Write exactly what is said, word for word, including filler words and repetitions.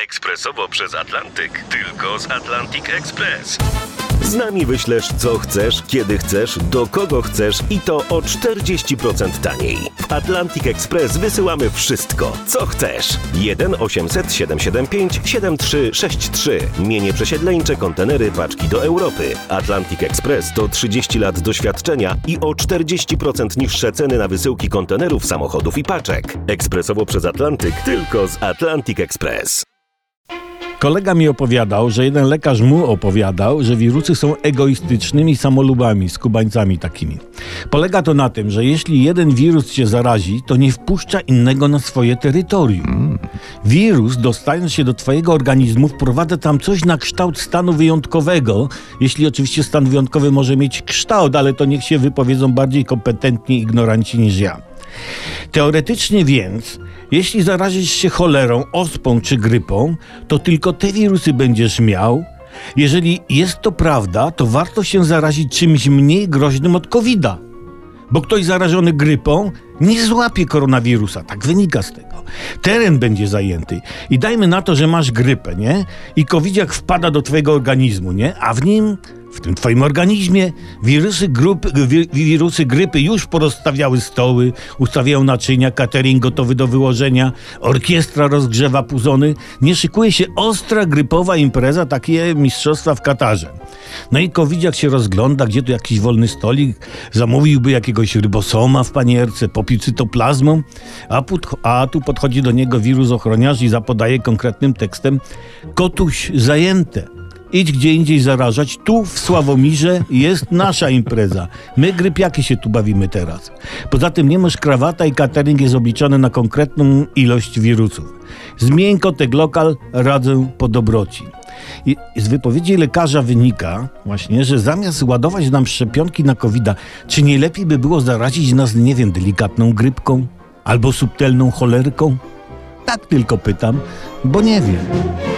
Ekspresowo przez Atlantyk. Tylko z Atlantic Express. Z nami wyślesz co chcesz, kiedy chcesz, do kogo chcesz i to o czterdzieści procent taniej. W Atlantic Express wysyłamy wszystko, co chcesz. jeden osiemset siedemset siedemdziesiąt pięć siedemdziesiąt trzy sześćdziesiąt trzy. Mienie przesiedleńcze, kontenery, paczki do Europy. Atlantic Express to trzydzieści lat doświadczenia i o czterdzieści procent niższe ceny na wysyłki kontenerów, samochodów i paczek. Ekspresowo przez Atlantyk, tylko z Atlantic Express. Kolega mi opowiadał, że jeden lekarz mu opowiadał, że wirusy są egoistycznymi samolubami, skubańcami takimi. Polega to na tym, że jeśli jeden wirus cię zarazi, to nie wpuszcza innego na swoje terytorium. Wirus, dostając się do twojego organizmu, wprowadza tam coś na kształt stanu wyjątkowego, jeśli oczywiście stan wyjątkowy może mieć kształt, ale to niech się wypowiedzą bardziej kompetentni ignoranci niż ja. Teoretycznie więc, jeśli zarazisz się cholerą, ospą czy grypą, to tylko te wirusy będziesz miał. Jeżeli jest to prawda, to warto się zarazić czymś mniej groźnym od kowida. Bo ktoś zarażony grypą nie złapie koronawirusa, tak wynika z tego. Teren będzie zajęty i dajmy na to, że masz grypę, nie? I covidziak wpada do twojego organizmu, nie? A w nim, w tym twoim organizmie wirusy, grupy, wi- wirusy grypy już porozstawiały stoły, ustawiają naczynia, catering gotowy do wyłożenia, orkiestra rozgrzewa puzony. Nie szykuje się ostra grypowa impreza, takie mistrzostwa w Katarze. No i covidziak się rozgląda, gdzie tu jakiś wolny stolik, zamówiłby jakiegoś rybosoma w panierce, popił cytoplazmą, a, put, a tu podchodzi do niego wirus ochroniarz i zapodaje konkretnym tekstem: kotuś, zajęte. Idź gdzie indziej zarażać, tu w Sławomirze jest nasza impreza. My grypiaki się tu bawimy teraz. Poza tym nie masz krawata i catering jest obliczony na konkretną ilość wirusów. Zmień kotek lokal, radzę po dobroci. I z wypowiedzi lekarza wynika właśnie, że zamiast ładować nam szczepionki na kowida, czy nie lepiej by było zarazić nas, nie wiem, delikatną grypką albo subtelną cholerką? Tak tylko pytam, bo nie wiem.